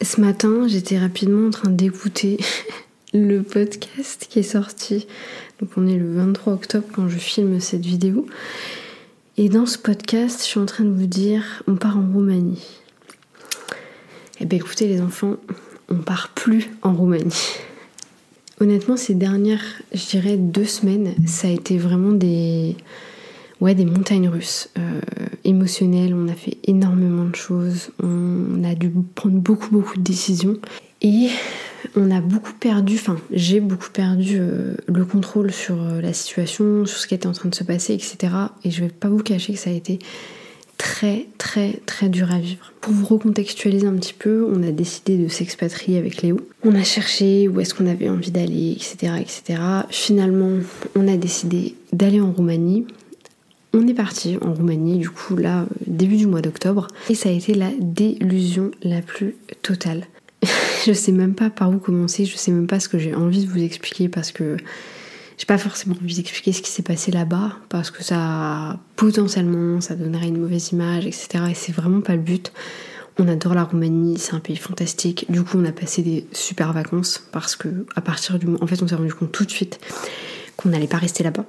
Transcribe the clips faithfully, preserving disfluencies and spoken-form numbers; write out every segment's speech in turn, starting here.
Ce matin, j'étais rapidement en train d'écouter le podcast qui est sorti. Donc on est le vingt-trois octobre quand je filme cette vidéo. Et dans ce podcast, je suis en train de vous dire, on part en Roumanie. Eh bien écoutez les enfants, on part plus en Roumanie. Honnêtement, ces dernières, je dirais, deux semaines, ça a été vraiment des... Ouais, des montagnes russes euh, émotionnelles. On a fait énormément de choses, on a dû prendre beaucoup beaucoup de décisions et on a beaucoup perdu, enfin j'ai beaucoup perdu euh, le contrôle sur euh, la situation, sur ce qui était en train de se passer, et cetera. Et je vais pas vous cacher que ça a été très très très dur à vivre. Pour vous recontextualiser un petit peu, on a décidé de s'expatrier avec Léo. On a cherché où est-ce qu'on avait envie d'aller, et cetera, et cetera. Finalement, on a décidé d'aller en Roumanie. On est parti en Roumanie, du coup, là, début du mois d'octobre. Et ça a été la délusion la plus totale. Je sais même pas par où commencer, je sais même pas ce que j'ai envie de vous expliquer parce que j'ai pas forcément envie d'expliquer ce qui s'est passé là-bas parce que ça, potentiellement, ça donnerait une mauvaise image, et cetera. Et c'est vraiment pas le but. On adore la Roumanie, c'est un pays fantastique. Du coup, on a passé des super vacances parce que, à partir du moment, en fait, on s'est rendu compte tout de suite qu'on n'allait pas rester là-bas.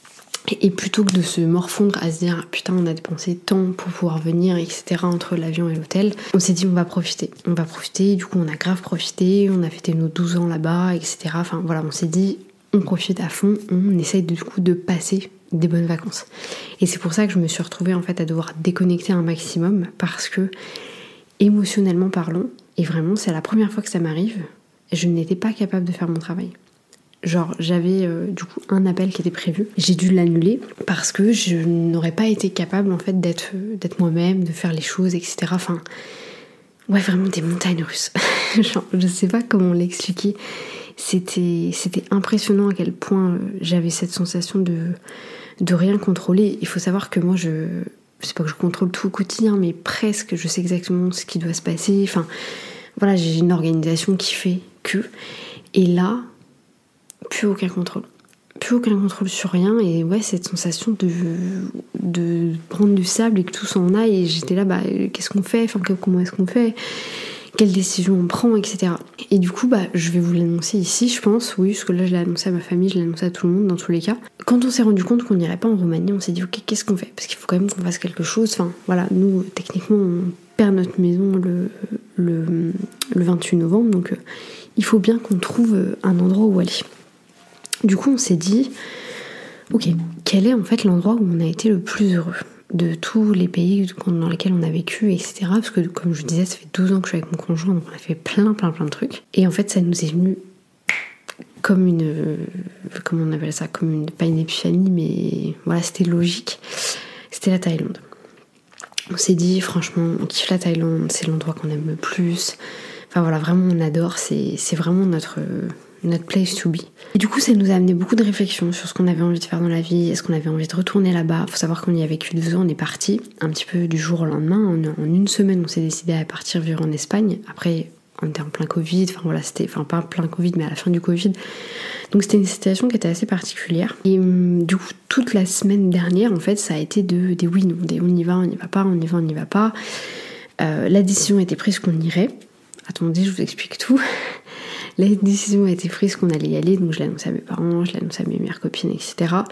Et plutôt que de se morfondre à se dire putain on a dépensé tant pour pouvoir venir etc entre l'avion et l'hôtel, on s'est dit on va profiter, on va profiter, du coup on a grave profité, on a fêté nos douze ans là-bas etc, enfin voilà on s'est dit on profite à fond, on essaye du coup de passer des bonnes vacances. Et c'est pour ça que je me suis retrouvée en fait à devoir déconnecter un maximum parce que émotionnellement parlant, et vraiment c'est la première fois que ça m'arrive, je n'étais pas capable de faire mon travail. Genre j'avais euh, du coup un appel qui était prévu, j'ai dû l'annuler parce que je n'aurais pas été capable en fait d'être, d'être moi-même, de faire les choses etc. Enfin ouais vraiment des montagnes russes. Genre je sais pas comment l'expliquer, c'était, c'était impressionnant à quel point euh, j'avais cette sensation de, de rien contrôler. Il faut savoir que moi je, c'est pas que je contrôle tout au quotidien mais presque, je sais exactement ce qui doit se passer, enfin voilà j'ai une organisation qui fait que, et là plus aucun contrôle. Plus aucun contrôle sur rien. Et ouais, cette sensation de, de prendre du sable et que tout s'en aille. Et j'étais là, bah, qu'est-ce qu'on fait ? Enfin, comment est-ce qu'on fait ? Quelle décision on prend, et cetera. Et du coup, bah, je vais vous l'annoncer ici, je pense. Oui, parce que là, je l'ai annoncé à ma famille, je l'ai annoncé à tout le monde, dans tous les cas. Quand on s'est rendu compte qu'on n'irait pas en Roumanie, on s'est dit, ok, qu'est-ce qu'on fait ? Parce qu'il faut quand même qu'on fasse quelque chose. Enfin, voilà, nous, techniquement, on perd notre maison le, le, le vingt-huit novembre. Donc, euh, il faut bien qu'on trouve un endroit où aller. Du coup, on s'est dit, ok, quel est en fait l'endroit où on a été le plus heureux de tous les pays dans lesquels on a vécu, et cetera. Parce que, comme je vous disais, ça fait douze ans que je suis avec mon conjoint, donc on a fait plein, plein, plein de trucs. Et en fait, ça nous est venu comme une, comment on appelle ça, comme une, pas une épiphanie, mais voilà, c'était logique. C'était la Thaïlande. On s'est dit, franchement, on kiffe la Thaïlande, c'est l'endroit qu'on aime le plus. Enfin voilà, vraiment, on adore, c'est, c'est vraiment notre... notre place to be. Et du coup, ça nous a amené beaucoup de réflexions sur ce qu'on avait envie de faire dans la vie, est-ce qu'on avait envie de retourner là-bas. Faut savoir qu'on y a vécu deux ans, on est parti un petit peu du jour au lendemain. En, en une semaine, on s'est décidé à partir vivre en Espagne. Après, on était en plein Covid, enfin voilà, c'était, enfin pas plein Covid, mais à la fin du Covid. Donc c'était une situation qui était assez particulière. Et hum, du coup, toute la semaine dernière, en fait, ça a été de, des oui, non, des on y va, on n'y va pas, on y va, on n'y va pas. Euh, la décision a été prise qu'on irait. Attendez, je vous explique tout. La décision a été prise qu'on allait y aller, donc je l'ai annoncé à mes parents, je l'ai annoncé à mes meilleures copines, et cetera.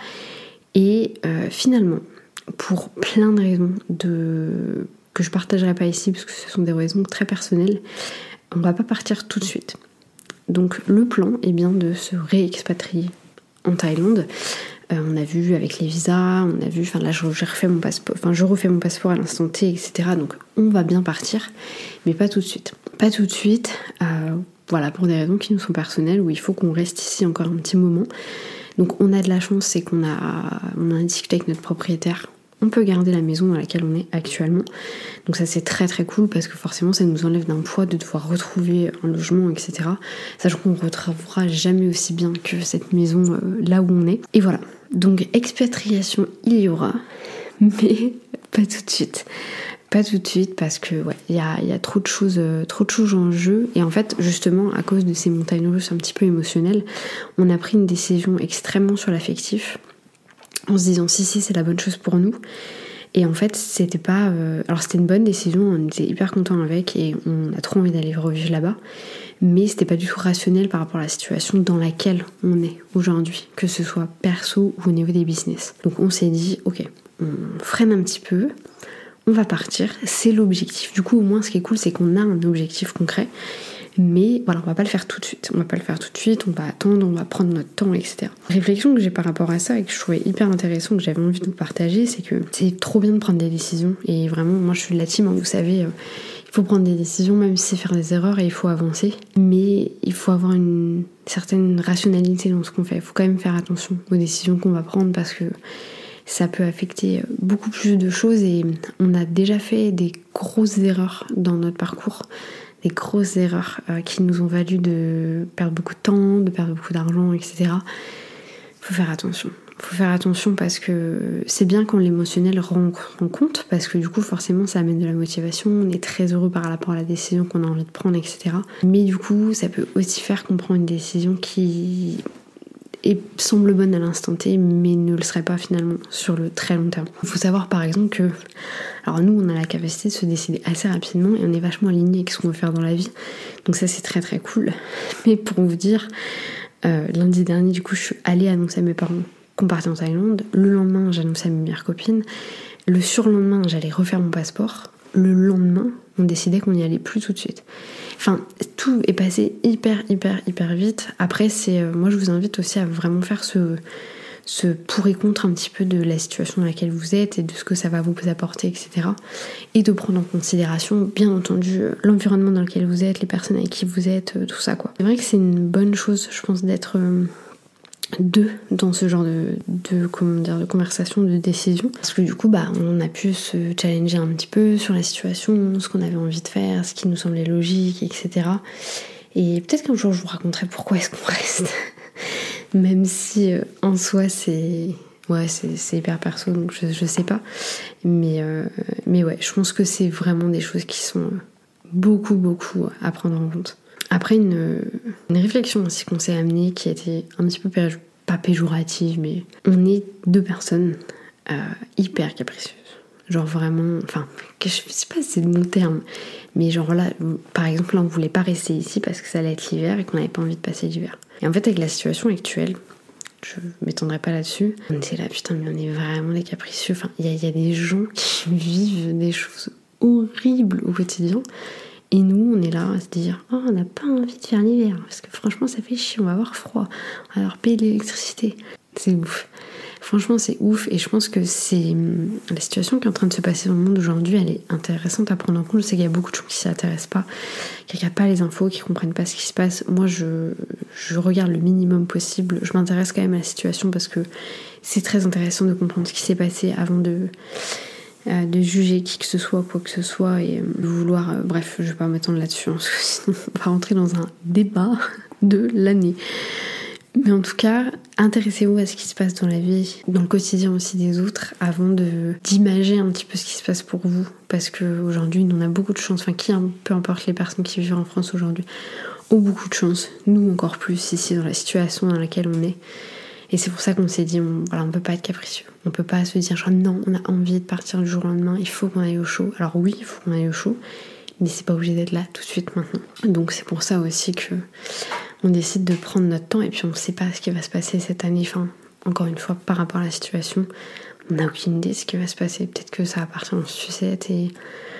Et euh, finalement, pour plein de raisons de... que je partagerai pas ici, parce que ce sont des raisons très personnelles, on va pas partir tout de suite. Donc le plan est bien de se réexpatrier en Thaïlande. Euh, on a vu avec les visas, on a vu, enfin là je, je refais mon passeport, enfin je refais mon passeport à l'instant T, et cetera. Donc on va bien partir, mais pas tout de suite. Pas tout de suite. Euh, Voilà, pour des raisons qui nous sont personnelles, où il faut qu'on reste ici encore un petit moment. Donc on a de la chance, c'est qu'on a, on a discuté avec notre propriétaire. On peut garder la maison dans laquelle on est actuellement. Donc ça c'est très très cool parce que forcément ça nous enlève d'un poids de devoir retrouver un logement, et cetera. Sachant qu'on ne retrouvera jamais aussi bien que cette maison euh, là où on est. Et voilà, donc expatriation il y aura, mais pas tout de suite. Pas tout de suite parce que ouais, il y a, y a trop de choses, euh, trop de choses en jeu. Et en fait, justement, à cause de ces montagnes russes un petit peu émotionnelles, on a pris une décision extrêmement sur l'affectif, en se disant si si c'est la bonne chose pour nous. Et en fait, c'était pas... Euh... Alors c'était une bonne décision, on était hyper contents avec et on a trop envie d'aller revivre là-bas. Mais c'était pas du tout rationnel par rapport à la situation dans laquelle on est aujourd'hui, que ce soit perso ou au niveau des business. Donc on s'est dit, ok, on freine un petit peu, on va partir, c'est l'objectif. Du coup, au moins, ce qui est cool, c'est qu'on a un objectif concret. Mais voilà, on va pas le faire tout de suite. On va pas le faire tout de suite, on va attendre, on va prendre notre temps, et cetera. Réflexion que j'ai par rapport à ça et que je trouvais hyper intéressant, que j'avais envie de vous partager, c'est que c'est trop bien de prendre des décisions. Et vraiment, moi je suis de la team, hein, vous savez, euh, il faut prendre des décisions, même si c'est faire des erreurs et il faut avancer. Mais il faut avoir une certaine rationalité dans ce qu'on fait. Il faut quand même faire attention aux décisions qu'on va prendre parce que ça peut affecter beaucoup plus de choses et on a déjà fait des grosses erreurs dans notre parcours. Des grosses erreurs euh, qui nous ont valu de perdre beaucoup de temps, de perdre beaucoup d'argent, et cetera. Il faut faire attention. Il faut faire attention parce que c'est bien quand l'émotionnel rend, rend compte, parce que du coup, forcément, ça amène de la motivation. On est très heureux par rapport à la décision qu'on a envie de prendre, et cetera. Mais du coup, ça peut aussi faire qu'on prend une décision qui et semble bonne à l'instant T, mais ne le serait pas finalement sur le très long terme. Il faut savoir par exemple que, alors nous on a la capacité de se décider assez rapidement et on est vachement aligné avec ce qu'on veut faire dans la vie, donc ça c'est très très cool. Mais pour vous dire, euh, lundi dernier du coup je suis allée annoncer à mes parents qu'on partait en Thaïlande, le lendemain j'annonçais à mes meilleures copines, le surlendemain j'allais refaire mon passeport, le lendemain on décidait qu'on n'y allait plus tout de suite. Enfin, tout est passé hyper, hyper, hyper vite. Après, c'est, euh, moi, je vous invite aussi à vraiment faire ce, ce pour et contre un petit peu de la situation dans laquelle vous êtes et de ce que ça va vous apporter, et cetera. Et de prendre en considération, bien entendu, l'environnement dans lequel vous êtes, les personnes avec qui vous êtes, euh, tout ça, quoi. C'est vrai que c'est une bonne chose, je pense, d'être... Euh, deux dans ce genre de, de, comment dire, de conversation, de décision. Parce que du coup, bah, on a pu se challenger un petit peu sur la situation, ce qu'on avait envie de faire, ce qui nous semblait logique, et cetera. Et peut-être qu'un jour, je vous raconterai pourquoi est-ce qu'on reste. Même si, euh, en soi, c'est... Ouais, c'est, c'est hyper perso, donc je, je sais pas. Mais, euh, mais ouais, je pense que c'est vraiment des choses qui sont beaucoup, beaucoup à prendre en compte. Après, une, une réflexion aussi qu'on s'est amenée qui était un petit peu, péj- pas péjorative, mais on est deux personnes euh, hyper capricieuses. Genre vraiment, enfin, je sais pas si c'est le bon terme, mais genre là, par exemple, là, on voulait pas rester ici parce que ça allait être l'hiver et qu'on n'avait pas envie de passer l'hiver. Et en fait, avec la situation actuelle, je m'étendrai pas là-dessus, on était là, putain, mais on est vraiment des capricieux. Enfin, il y, y a des gens qui vivent des choses horribles au quotidien. Et nous, on est là à se dire « Oh, on n'a pas envie de faire l'hiver, parce que franchement, ça fait chier, on va avoir froid. On va avoir payé de l'électricité. » C'est ouf. Franchement, c'est ouf. Et je pense que c'est la situation qui est en train de se passer dans le monde aujourd'hui, elle est intéressante à prendre en compte. Je sais qu'il y a beaucoup de gens qui s'y intéressent pas, qui regardent pas les infos, qui comprennent pas ce qui se passe. Moi, je, je regarde le minimum possible. Je m'intéresse quand même à la situation parce que c'est très intéressant de comprendre ce qui s'est passé avant de... de juger qui que ce soit, quoi que ce soit, et de vouloir... Euh, bref, je vais pas m'attendre là-dessus, hein, parce que sinon on va rentrer dans un débat de l'année. Mais en tout cas, intéressez-vous à ce qui se passe dans la vie, dans le quotidien aussi des autres, avant de d'imager un petit peu ce qui se passe pour vous, parce qu'aujourd'hui, on a beaucoup de chance, enfin, qui, hein, peu importe les personnes qui vivent en France aujourd'hui, ont beaucoup de chance, nous encore plus, ici, dans la situation dans laquelle on est. Et c'est pour ça qu'on s'est dit, on, voilà, on peut pas être capricieux. On peut pas se dire, genre, non, on a envie de partir du jour au lendemain, il faut qu'on aille au chaud. Alors oui, il faut qu'on aille au chaud, mais c'est pas obligé d'être là tout de suite maintenant. Donc c'est pour ça aussi que on décide de prendre notre temps et puis on sait pas ce qui va se passer cette année. Enfin, encore une fois, par rapport à la situation, on n'a aucune idée de ce qui va se passer. Peut-être que ça va partir en sucette et,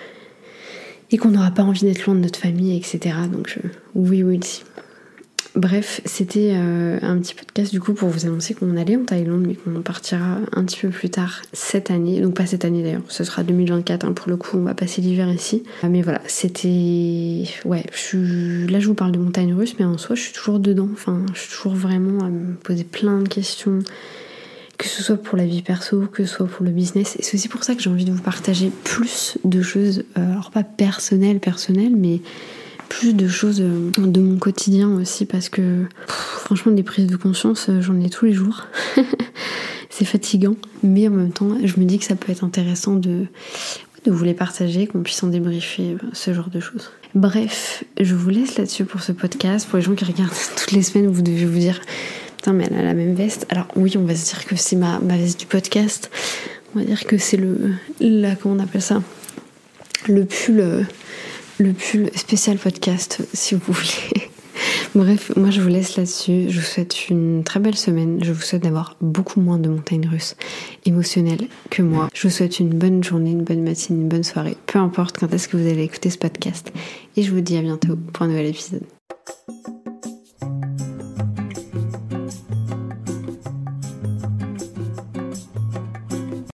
et qu'on n'aura pas envie d'être loin de notre famille, et cetera. Donc euh, oui, oui, si. Bref, c'était euh, un petit podcast du coup pour vous annoncer qu'on allait en Thaïlande mais qu'on partira un petit peu plus tard cette année, donc pas cette année d'ailleurs, ce sera deux mille vingt-quatre, hein, pour le coup on va passer l'hiver ici. Mais voilà, c'était... Ouais, je suis... là je vous parle de montagne russe mais en soi je suis toujours dedans, enfin je suis toujours vraiment à me poser plein de questions, que ce soit pour la vie perso, que ce soit pour le business, et c'est aussi pour ça que j'ai envie de vous partager plus de choses, euh, alors pas personnelles, personnelles, mais plus de choses de mon quotidien aussi parce que pff, franchement des prises de conscience j'en ai tous les jours. C'est fatigant mais en même temps je me dis que ça peut être intéressant de, de vous les partager, qu'on puisse en débriefer, ce genre de choses. Bref, je vous laisse là-dessus pour ce podcast. Pour les gens qui regardent toutes les semaines, vous devez vous dire putain mais elle a la même veste. Alors oui, on va se dire que c'est ma, ma veste du podcast. On va dire que c'est le... Là, comment on appelle ça ? Le pull... Le pull spécial podcast, si vous voulez. Bref, moi je vous laisse là-dessus. Je vous souhaite une très belle semaine. Je vous souhaite d'avoir beaucoup moins de montagnes russes émotionnelles que moi. Je vous souhaite une bonne journée, une bonne matinée, une bonne soirée. Peu importe quand est-ce que vous allez écouter ce podcast. Et je vous dis à bientôt pour un nouvel épisode.